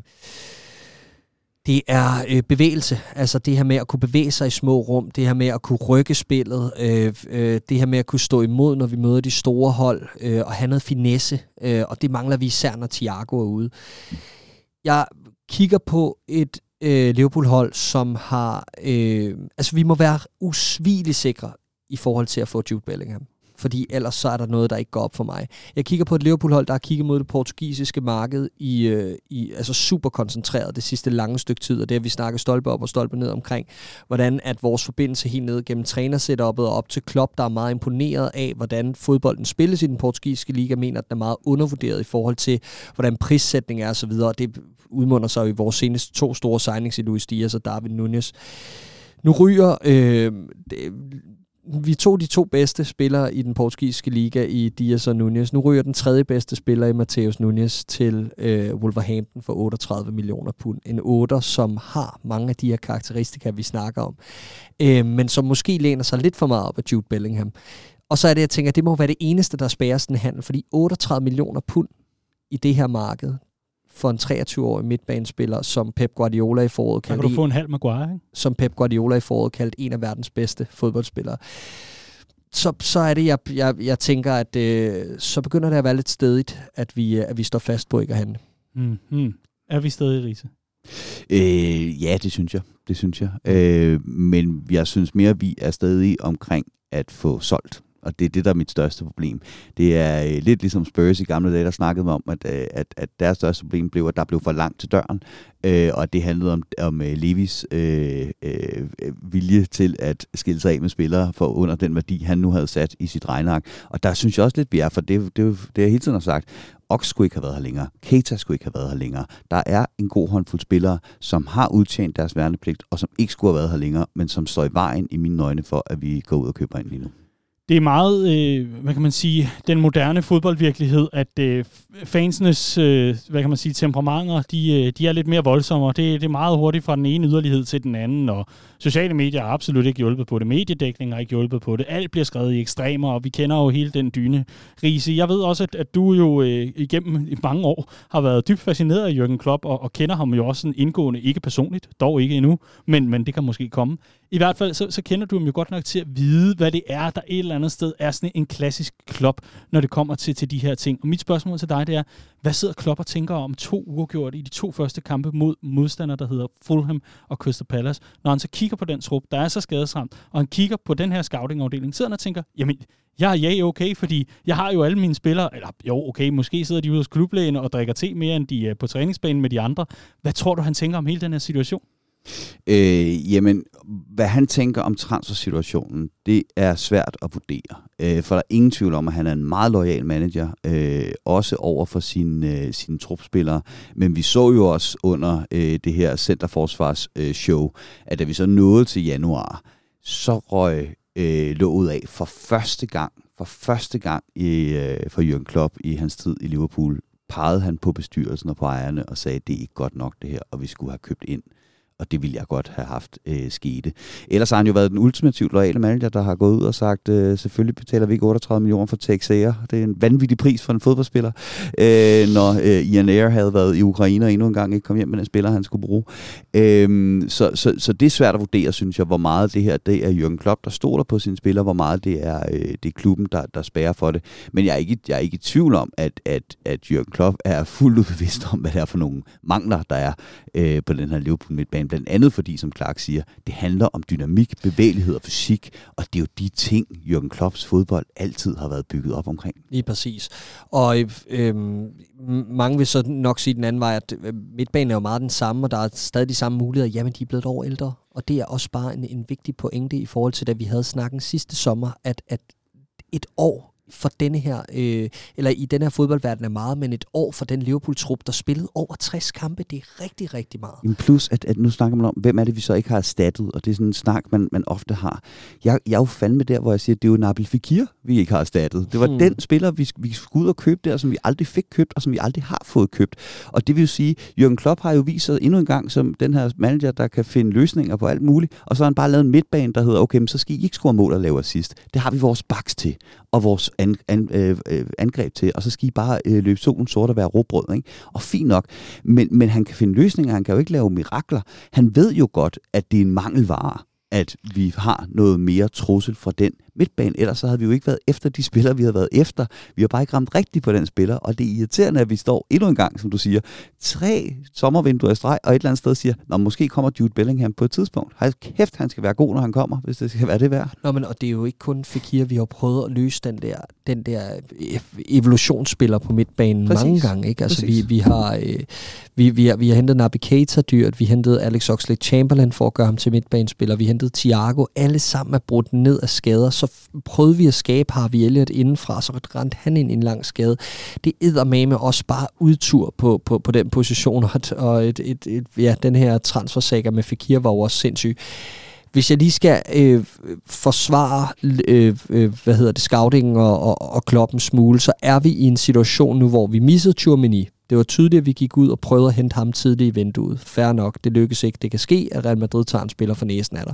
Det er øh, bevægelse, altså det her med at kunne bevæge sig i små rum, det her med at kunne rykke spillet, øh, øh, det her med at kunne stå imod, når vi møder de store hold, øh, og have noget finesse, øh, og det mangler vi især, når Thiago er ude. Jeg kigger på et øh, Liverpool-hold, som har... Øh, altså vi må være usvigeligt sikre i forhold til at få Jude Bellingham. Fordi ellers så er der noget, der ikke går op for mig. Jeg kigger på et Liverpool-hold, der har kigget mod det portugisiske marked i, øh, i altså super koncentreret det sidste lange stykke tid, og det har vi snakket stolpe op og stolpe ned omkring, hvordan at vores forbindelse helt ned gennem trænersetupet og op til Klopp, der er meget imponeret af, hvordan fodbolden spilles i den portugisiske liga, mener, at den er meget undervurderet i forhold til, hvordan prissætning er og så videre, og det udmunder sig i vores seneste to store signings i Luis Diaz og Darwin Núñez. Nu ryger... Øh, det, Vi tog de to bedste spillere i den portugisiske liga i Diaz og Núñez. Nu ryger den tredje bedste spiller i Mateus Núñez til øh, Wolverhampton for otteogtredive millioner pund. En otter, som har mange af de her karakteristika, vi snakker om, øh, men som måske læner sig lidt for meget op af Jude Bellingham. Og så er det, jeg tænker, det må være det eneste, der spærer sådan en handel, fordi otteogtredive millioner pund i det her marked for en treogtyve-årig midtbanespiller, som Pep Guardiola i foråret kaldte... Kan du få en halv Maguire, ikke? Som Pep Guardiola i foråret kaldte en af verdens bedste fodboldspillere. Så, så er det, jeg, jeg, jeg tænker, at øh, så begynder det at være lidt stedigt, at vi, at vi står fast på ikke at handle. Mm-hmm. Er vi stadig, Riese? Øh, ja, det synes jeg. Det synes jeg. Øh, men jeg synes mere, at vi er stadig omkring at få solgt. Og det er det, der er mit største problem. Det er øh, lidt ligesom Spurs i gamle dage, der snakkede om, at, øh, at, at deres største problem blev, at der blev for langt til døren. Øh, og det handlede om, om øh, Levis øh, øh, vilje til at skille sig af med spillere for under den værdi, han nu havde sat i sit regneark. Og der synes jeg også lidt, vi er, for det, det, det jeg hele tiden har sagt, Ox skulle ikke have været her længere. Keita skulle ikke have været her længere. Der er en god håndfuld spillere, som har udtjent deres værnepligt, og som ikke skulle have været her længere, men som står i vejen i mine øjne for, at vi går ud og køber ind lige nu. Det er meget, øh, hvad kan man sige, den moderne fodboldvirkelighed, at øh, fansenes, øh, hvad kan man sige, temperamenter, de, øh, de er lidt mere voldsomme, og det, det er meget hurtigt fra den ene yderlighed til den anden, og sociale medier har absolut ikke hjulpet på det, mediedækning har ikke hjulpet på det, alt bliver skrevet i ekstremer, og vi kender jo hele den dyne. Riese, jeg ved også, at, at du jo øh, igennem mange år har været dybt fascineret af Jürgen Klopp, og, og kender ham jo også sådan indgående, ikke personligt, dog ikke endnu, men, men det kan måske komme. I hvert fald, så, så kender du ham jo godt nok til at vide, hvad det er, der et eller andet sted er sådan en klassisk Klopp, når det kommer til, til de her ting. Og mit spørgsmål til dig, det er, hvad sidder Klopp og tænker om to uafgjorte i de to første kampe mod modstandere, der hedder Fulham og Crystal Palace, når han så kigger på den trup, der er så skadesramt, og han kigger på den her scouting-afdeling, sidder han og tænker, jamen, jeg er ja okay, fordi jeg har jo alle mine spillere, eller jo okay, måske sidder de ude hos klublægen og drikker te mere, end de er på træningsbanen med de andre. Hvad tror du, han tænker om hele den her situation? Øh, jamen, hvad han tænker om transfersituationen, det er svært at vurdere. Øh, for der er ingen tvivl om, at han er en meget loyal manager, øh, også over for sine, øh, sine trupspillere. Men vi så jo også under øh, det her centerforsvarsshow, øh, at da vi så nåede til januar, så røg øh, låget af for første gang, for første gang i, øh, for Jürgen Klopp i hans tid i Liverpool, pegede han på bestyrelsen og på ejerne og sagde, at det er ikke godt nok det her, og vi skulle have købt ind. og det ville jeg godt have haft øh, skete. Ellers har han jo været den ultimativt loyale manager, der har gået ud og sagt, øh, selvfølgelig betaler vi ikke otteogtredive millioner for Texeer. Det er en vanvittig pris for en fodboldspiller, øh, når øh, Ian Ayre havde været i Ukraine og endnu en gang ikke kom hjem med den spiller, han skulle bruge. Øh, så, så, så det er svært at vurdere, synes jeg, hvor meget det her det er Jürgen Klopp, der stoler på sine spillere, hvor meget det er, øh, det er klubben, der, der spærrer for det. Men jeg er ikke, jeg er ikke i tvivl om, at, at, at Jürgen Klopp er fuldt ud bevidst om, hvad det er for nogle mangler, der er øh, på den her Liverpool midtbane. Blandt andet fordi, som Clark siger, det handler om dynamik, bevægelighed og fysik, og det er jo de ting, Jürgen Klopps fodbold altid har været bygget op omkring. Lige præcis. Og øh, mange vil så nok sige den anden vej, at midtbanen er jo meget den samme, og der er stadig de samme muligheder. Jamen, de er blevet år ældre, og det er også bare en, en vigtig pointe i forhold til, da vi havde snakken sidste sommer, at, at et år for denne her, øh, eller i den her fodboldverden er meget, men et år for den Liverpool-trup, der spillede over tres kampe, det er rigtig, rigtig meget. En plus, at, at nu snakker man om, hvem er det, vi så ikke har erstattet, og det er sådan en snak, man, man ofte har. Jeg, jeg er jo fandme der, hvor jeg siger, at det er jo Nabil Fekir, vi ikke har erstattet. Det var hmm. den spiller, vi, vi skulle ud og købe der, som vi aldrig fik købt, og som vi aldrig har fået købt. Og det vil jo sige, Jürgen Klopp har jo vist sig endnu en gang som den her manager, der kan finde løsninger på alt muligt, og så har han bare lavet en midtbane, der hedder, okay, men så skal I ikke score mål og lave assist. Det har vi vores backs til, og vores an, an, øh, angreb til, og så skal I bare øh, løbe solen sort og være råbrød, ikke? Og fint nok, men, men han kan finde løsninger, han kan jo ikke lave mirakler. Han ved jo godt, at det er en mangelvare, at vi har noget mere trussel fra den midtbane, ellers så havde vi jo ikke været efter de spillere, vi havde været efter. Vi har bare ikke ramt rigtigt på den spiller, og det er irriterende, at vi står endnu en gang, som du siger, tre sommervinduer i streg, og et eller andet sted siger, nå, måske kommer Jude Bellingham på et tidspunkt. Hold kæft, han skal være god, når han kommer, hvis det skal være det værd. Nå, men og det er jo ikke kun Fekir, vi har prøvet at løse den der, den der evolutionsspiller på midtbanen Præcis. mange gange, ikke? Altså vi, vi har øh, vi, vi, har, vi har hentet Naby Keita dyrt, vi hentede Alex Oxlade-Chamberlain for at gøre ham til midtbanespiller, vi hentede Thiago, alle sammen er brudt ned af skader, så prøvede vi at skabe Harvey Elliott indenfra, så rendte han ind i en lang skade. Det eddermame også bare udtur på, på, på den position, og et, et, et, ja, den her transfersaga med Fekir var jo også sindssyg. Hvis jeg lige skal øh, forsvare øh, øh, hvad hedder det, scoutingen og, og, og Kloppen smule, så er vi i en situation nu, hvor vi missede Tchouaméni. Det var tydeligt, at vi gik ud og prøvede at hente ham tidligt i vinduet. Fair nok, det lykkes ikke. Det kan ske, at Real Madrid tager en spiller for næsen af dig.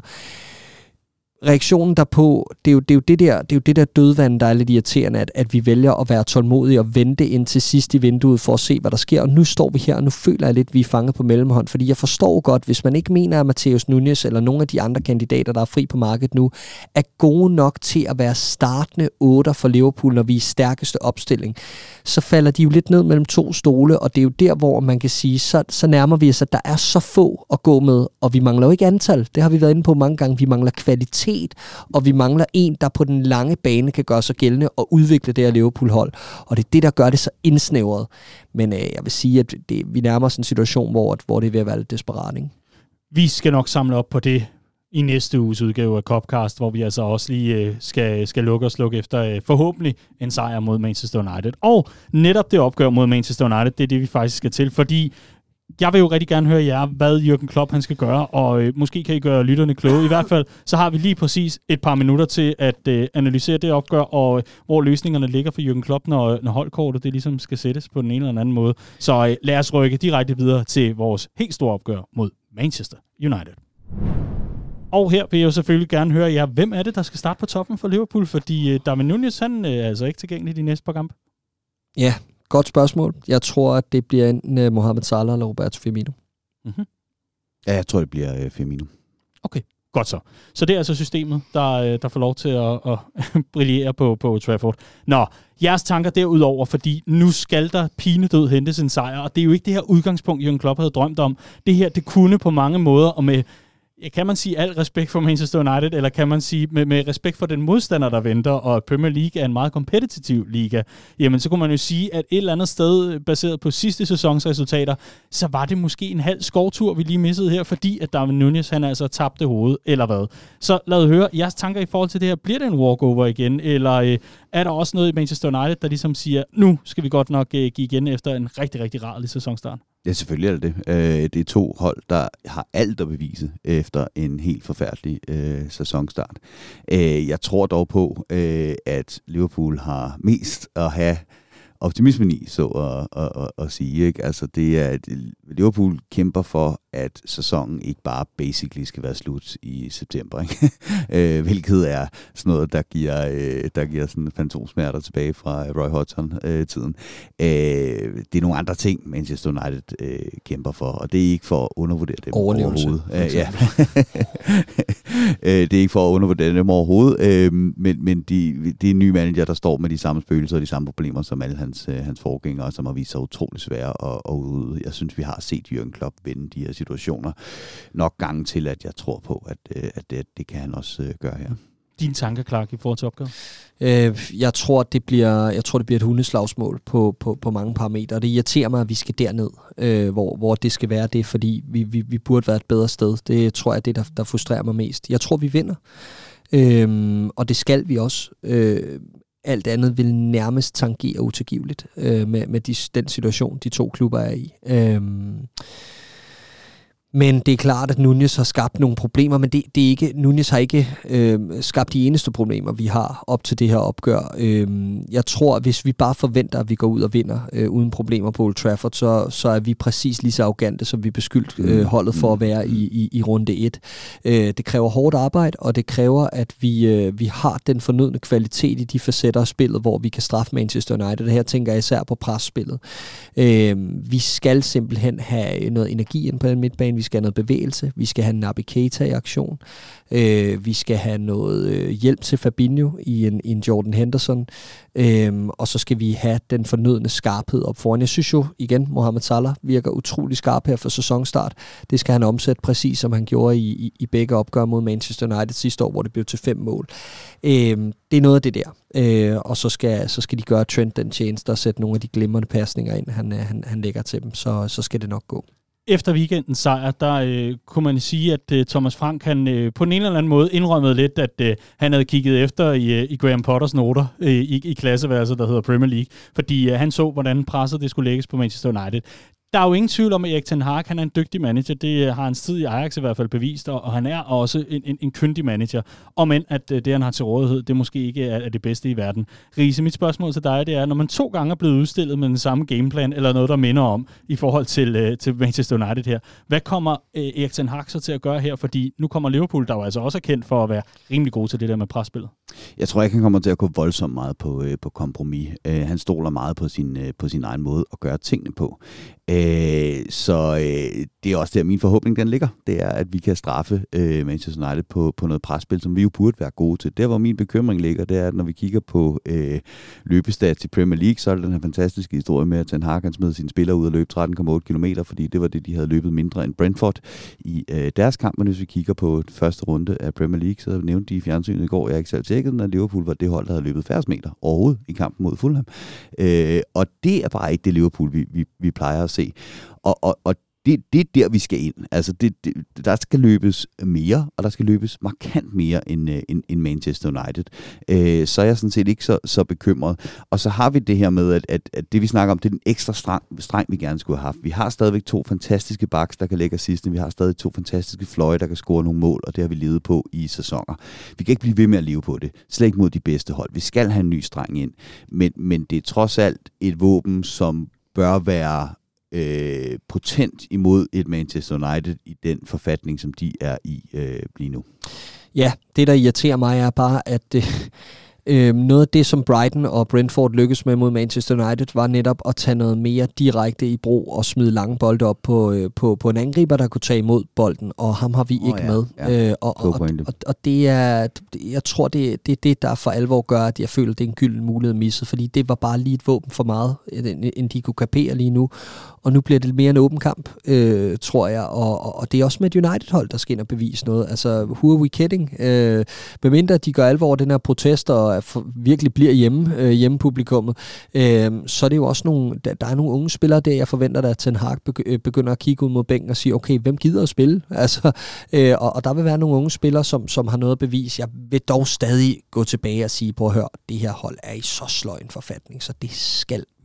Reaktionen derpå, det er, jo, det, er jo det, der, det er jo det der dødvand, der er lidt irriterende, at, at vi vælger at være tålmodige og vente ind til sidst i vinduet for at se, hvad der sker. Og nu står vi her, og nu føler jeg lidt, at vi er fanget på mellemhånd, fordi jeg forstår godt, hvis man ikke mener, at Matheus Núñez eller nogle af de andre kandidater, der er fri på markedet nu, er gode nok til at være startende otter for Liverpool, når vi er i stærkeste opstilling, så falder de jo lidt ned mellem to stole, og det er jo der, hvor man kan sige, så, så nærmer vi os, at der er så få at gå med, og vi mangler jo ikke antal. Det har vi været inde på mange gange. Vi mangler kvalitet, og vi mangler en, der på den lange bane kan gøre sig gældende og udvikle det her Liverpool-hold. Og det er det, der gør det så indsnævret. Men øh, jeg vil sige, at det, vi nærmer os en situation, hvor, hvor det er ved at være lidt desperat, ikke? Vi skal nok samle op på det i næste uges udgave af Copcast, hvor vi altså også lige øh, skal, skal lukke og slukke efter øh, forhåbentlig en sejr mod Manchester United. Og netop det opgør mod Manchester United, det er det, vi faktisk skal til, fordi jeg vil jo rigtig gerne høre jer, hvad Jürgen Klopp han skal gøre, og øh, måske kan I gøre lytterne kloge. I hvert fald, så har vi lige præcis et par minutter til at øh, analysere det opgør, og øh, hvor løsningerne ligger for Jürgen Klopp, når, når holdkortet det ligesom skal sættes på den ene eller anden måde. Så øh, lad os rykke direkte videre til vores helt store opgør mod Manchester United. Og her vil jeg jo selvfølgelig gerne høre jer, hvem er det, der skal starte på toppen for Liverpool, fordi øh, Darwin Núñez, han øh, er altså ikke tilgængelig de næste par kampe. Ja, godt spørgsmål. Jeg tror, at det bliver enten uh, Mohamed Salah eller Roberto Firmino. Mm-hmm. Ja, jeg tror, det bliver uh, Firmino. Okay, godt så. Så det er altså systemet, der, der får lov til at, at brillere på, på Trafford. Nå, jeres tanker derudover, fordi nu skal der pinedød hentes en sejr, og det er jo ikke det her udgangspunkt, Jürgen Klopp havde drømt om. Det her, det kunne på mange måder, og med kan man sige al respekt for Manchester United, eller kan man sige med, med respekt for den modstander, der venter, og Premier League er en meget kompetitiv liga, jamen så kunne man jo sige, at et eller andet sted, baseret på sidste sæsons resultater, så var det måske en halv skovtur, vi lige missede her, fordi at Darwin Núñez, han altså tabte hovedet, eller hvad. Så lad os høre jeres tanker i forhold til det her. Bliver det en walkover igen, eller øh, er der også noget i Manchester United, der ligesom siger, nu skal vi godt nok øh, give igen efter en rigtig, rigtig rar sæsonstart? Ja, selvfølgelig er det det. Øh, det er to hold, der har alt at bevise efter en helt forfærdelig øh, sæsonstart. Øh, jeg tror dog på, øh, at Liverpool har mest at have optimismen i, så at, at, at, at sige. Ikke? Altså det er, at Liverpool kæmper for, at sæsonen ikke bare basically skal være slut i september, ikke? øh, hvilket er sådan noget, der giver, øh, der giver sådan fantomsmerter tilbage fra Roy Hodgson-tiden. Øh, det er nogle andre ting, Manchester United øh, kæmper for, og det er ikke for at undervurdere dem overhovedet. Øh, ja. det er ikke for at undervurdere dem overhovedet, øh, men, men de, det er en ny manager, der står med de samme spøgelser og de samme problemer som alle hans, hans forgængere, som har vist sig utrolig svære at, at udøve. Jeg synes, vi har set Jürgen Klopp vinde de her situationer nok gange til, at jeg tror på, at, at det, det kan han også gøre her. Dine tanker, Clark, i forhold til opgaven? Øh, jeg tror, det bliver, jeg tror, det bliver et hundeslagsmål på, på, på mange parametre. Det irriterer mig, at vi skal derned, øh, hvor, hvor det skal være det, fordi vi, vi, vi burde være et bedre sted. Det tror jeg, det der, der frustrerer mig mest. Jeg tror, vi vinder, øh, og det skal vi også. Øh, alt andet vil nærmest tangere utilgiveligt øh, med, med de, den situation, de to klubber er i. Øh, Men det er klart, at Nunez har skabt nogle problemer, men det, det er ikke, Nunez har ikke øh, skabt de eneste problemer, vi har op til det her opgør. Øh, jeg tror, at hvis vi bare forventer, at vi går ud og vinder øh, uden problemer på Old Trafford, så, så er vi præcis lige så arrogante, som vi beskyldt øh, holdet for at være i, i, i runde et. Øh, det kræver hårdt arbejde, og det kræver, at vi, øh, vi har den fornødne kvalitet i de facetter af spillet, hvor vi kan straffe Manchester United. Det her tænker jeg især på presspillet. Øh, vi skal simpelthen have noget energi ind på den midtbane. Vi skal have noget bevægelse, vi skal have en Naby Keita i aktion, øh, vi skal have noget øh, hjælp til Fabinho i en, i en Jordan Henderson, øh, og så skal vi have den fornødne skarphed op foran. Jeg synes jo, igen, Mohamed Salah virker utrolig skarp her for sæsonstart. Det skal han omsætte præcis, som han gjorde i, i, i begge opgør mod Manchester United sidste år, hvor det blev til fem mål. Øh, det er noget af det der. Øh, og så skal, så skal de gøre Trent den tjeneste og sætte nogle af de glimrende pasninger ind, han, han, han lægger til dem. Så, så skal det nok gå. Efter weekendens sejr, der øh, kunne man sige, at øh, Thomas Frank han, øh, på en eller anden måde indrømmede lidt, at øh, han havde kigget efter i, øh, i Graham Potters noter øh, i, i klasseværelset, der hedder Premier League, fordi øh, han så, hvordan presset det skulle lægges på Manchester United. Der er jo ingen tvivl om, at Erik ten Hag, han er en dygtig manager. Det har hans tid i Ajax i hvert fald bevist, og han er også en, en, en kyndig manager. Om end, at det, han har til rådighed, det måske ikke er, er det bedste i verden. Riese, mit spørgsmål til dig, det er, når man to gange er blevet udstillet med den samme gameplan, eller noget, der minder om, i forhold til, uh, til Manchester United her. Hvad kommer uh, Erik ten Hag så til at gøre her? Fordi nu kommer Liverpool, der jo altså også er kendt for at være rimelig god til det der med presspillet. Jeg tror ikke, han kommer til at gå voldsomt meget på, øh, på kompromis. Øh, han stoler meget på sin, øh, på sin egen måde at gøre tingene på. Øh, så øh, det er også der, min forhåbning den ligger. Det er, at vi kan straffe øh, Manchester United på, på noget presspil, som vi jo burde være gode til. Der, hvor min bekymring ligger, det er, at når vi kigger på øh, løbestats i Premier League, så er det den her fantastiske historie med, at Ten Hag kan smide sine spillere ud og løbe tretten komma otte kilometer, fordi det var det, de havde løbet mindre end Brentford i øh, deres kamp. Men hvis vi kigger på første runde af Premier League, så nævnte de i fjernsynet i går, jeg ikke selv tjekket, at Liverpool var det hold, der havde løbet færrest meter overhovedet i kampen mod Fulham. Øh, og det er bare ikke det Liverpool, vi, vi, vi plejer at se. Og, og, og det, det er der, vi skal ind. Altså, det, det, der skal løbes mere, og der skal løbes markant mere end, end, end Manchester United. Øh, så er jeg sådan set ikke så, så bekymret. Og så har vi det her med, at, at, at det vi snakker om, det er den ekstra streng, streng, vi gerne skulle have haft. Vi har stadigvæk to fantastiske backs, der kan lægge assisten. Vi har stadig to fantastiske fløje, der kan score nogle mål, og det har vi levet på i sæsoner. Vi kan ikke blive ved med at leve på det. Slet ikke mod de bedste hold. Vi skal have en ny streng ind. Men, men det er trods alt et våben, som bør være Øh, potent imod et Manchester United i den forfatning, som de er i øh, lige nu. Ja, det der irriterer mig er bare, at øh, øh, noget af det, som Brighton og Brentford lykkedes med mod Manchester United, var netop at tage noget mere direkte i brug og smide lange bolde op på, øh, på, på en angriber, der kunne tage imod bolden, og ham har vi oh, ikke ja, med. Ja. Øh, og, og, og, og, og det er, jeg tror, det er det, det, der for alvor gør, at jeg føler, at det er en gylden mulighed misset, fordi det var bare lige et våben for meget, end de kunne kapere lige nu. Og nu bliver det mere en åben kamp, øh, tror jeg. Og, og, og det er også med et United-hold, der skal ind og bevise noget. Altså, who are we kidding? Øh, medmindre de gør alvor af den her protest, og for, virkelig bliver hjemme, øh, hjemmepublikummet, øh, så er det jo også nogle, der, der er nogle unge spillere der, jeg forventer, at Ten Hag begynder at kigge ud mod bænken og sige, okay, hvem gider at spille? Altså, øh, og, og der vil være nogle unge spillere, som, som har noget at bevise. Jeg vil dog stadig gå tilbage og sige, på at høre, det her hold er i så sløj en forfatning, så det skal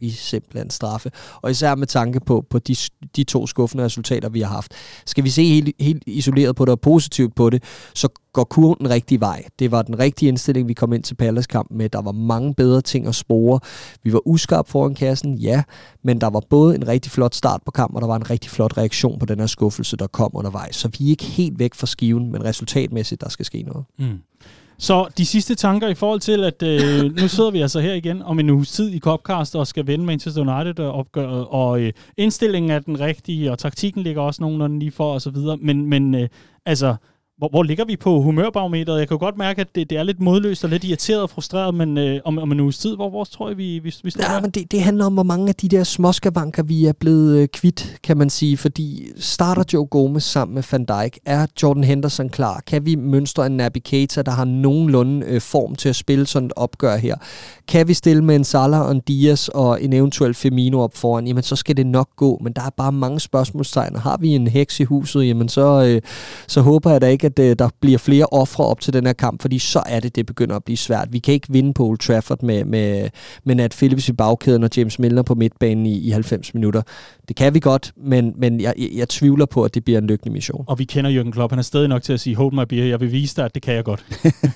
vi simpelthen straffe. Og især med tanke på, på de, de to skuffende resultater, vi har haft. Skal vi se helt, helt isoleret på det og positivt på det, så går kurven den rigtige vej. Det var den rigtige indstilling, vi kom ind til Palace-kampen med. Der var mange bedre ting at spore. Vi var uskarpe foran kassen, ja, men der var både en rigtig flot start på kampen, og der var en rigtig flot reaktion på den her skuffelse, der kom undervejs. Så vi er ikke helt væk fra skiven, men resultatmæssigt, der skal ske noget. Mm. Så de sidste tanker i forhold til, at øh, nu sidder vi altså her igen om en uges tid i Copcast og skal vende Manchester United og opgøret, og øh, indstillingen er den rigtige, og taktikken ligger også nogenlunde lige for, og så videre. Men, men øh, altså, hvor, hvor ligger vi på humørbarometeret? Jeg kan godt mærke, at det, det er lidt modløst og lidt irriteret og frustreret, men øh, om, om en uges tid, hvor, hvor tror jeg, vi, vi, vi står Ja, der? men det, det handler om, hvor mange af de der småskavanker, vi er blevet øh, kvidt, kan man sige. Fordi starter Joe Gomez sammen med Van Dijk? Er Jordan Henderson klar? Kan vi mønstre en Naby Keita, der har nogenlunde øh, form til at spille sådan et opgør her? Kan vi stille med en Salah og en Diaz og en eventuel Firmino op foran? Jamen, så skal det nok gå. Men der er bare mange spørgsmålstegn. Har vi en heks i huset? Jamen, så, øh, så håber jeg da ikke, at øh, der bliver flere ofre op til den her kamp, fordi så er det, det begynder at blive svært. Vi kan ikke vinde på Old Trafford med, med, med Nat Phillips i bagkæden og James Milner på midtbanen i, i halvfems minutter. Det kan vi godt, men, men jeg, jeg, jeg tvivler på, at det bliver en lykkelig mission. Og vi kender Jürgen Klopp. Han er stadig nok til at sige, hold my beer, jeg vil vise dig, at det kan jeg godt.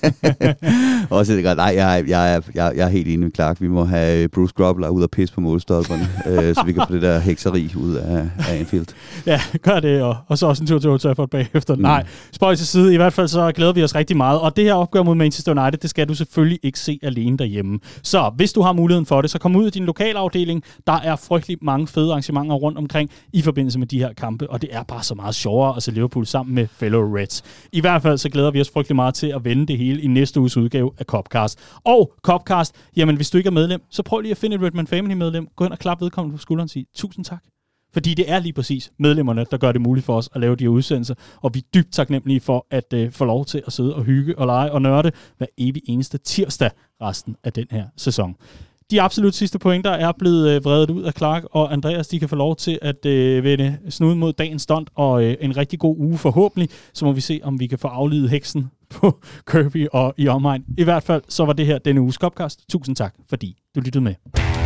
Også det godt. Nej, jeg, jeg, jeg, jeg, jeg er helt enig med Clark. Vi må have Bruce Grobbelaar ud og pisse på målstolperne, øh, så vi kan få det der hekseri ud af, af Anfield. Ja, gør det, og, og så også en tur til Old Trafford bagefter. Mm. Nej, spøj til side. I hvert fald så glæder vi os rigtig meget. Og det her opgør mod Manchester United, det skal du selvfølgelig ikke se alene derhjemme. Så hvis du har muligheden for det, så kom ud i din lokalafdeling. Der er frygtelig mange fede arrangementer rundt omkring i forbindelse med de her kampe, og det er bare så meget sjovere at se Liverpool sammen med fellow Reds. I hvert fald så glæder vi os frygtelig meget til at vende det hele i næste uges udgave af Copcast. Og Copcast, jamen hvis du ikke er medlem, så prøv lige at finde et Redman Family medlem. Gå hen og klap vedkommende på skulderen og sige tusind tak. Fordi det er lige præcis medlemmerne, der gør det muligt for os at lave de her udsendelser, og vi er dybt taknemmelige for at øh, få lov til at sidde og hygge og lege og nørde hver evig eneste tirsdag resten af den her sæson. De absolut sidste pointer er blevet øh, vredet ud af Clark og Andreas. De kan få lov til at øh, vende snuden mod dagens stunt og øh, en rigtig god uge forhåbentlig. Så må vi se, om vi kan få aflivet heksen på Kirby og i omegn. I hvert fald så var det her denne uges Copcast. Tusind tak, fordi du lyttede med.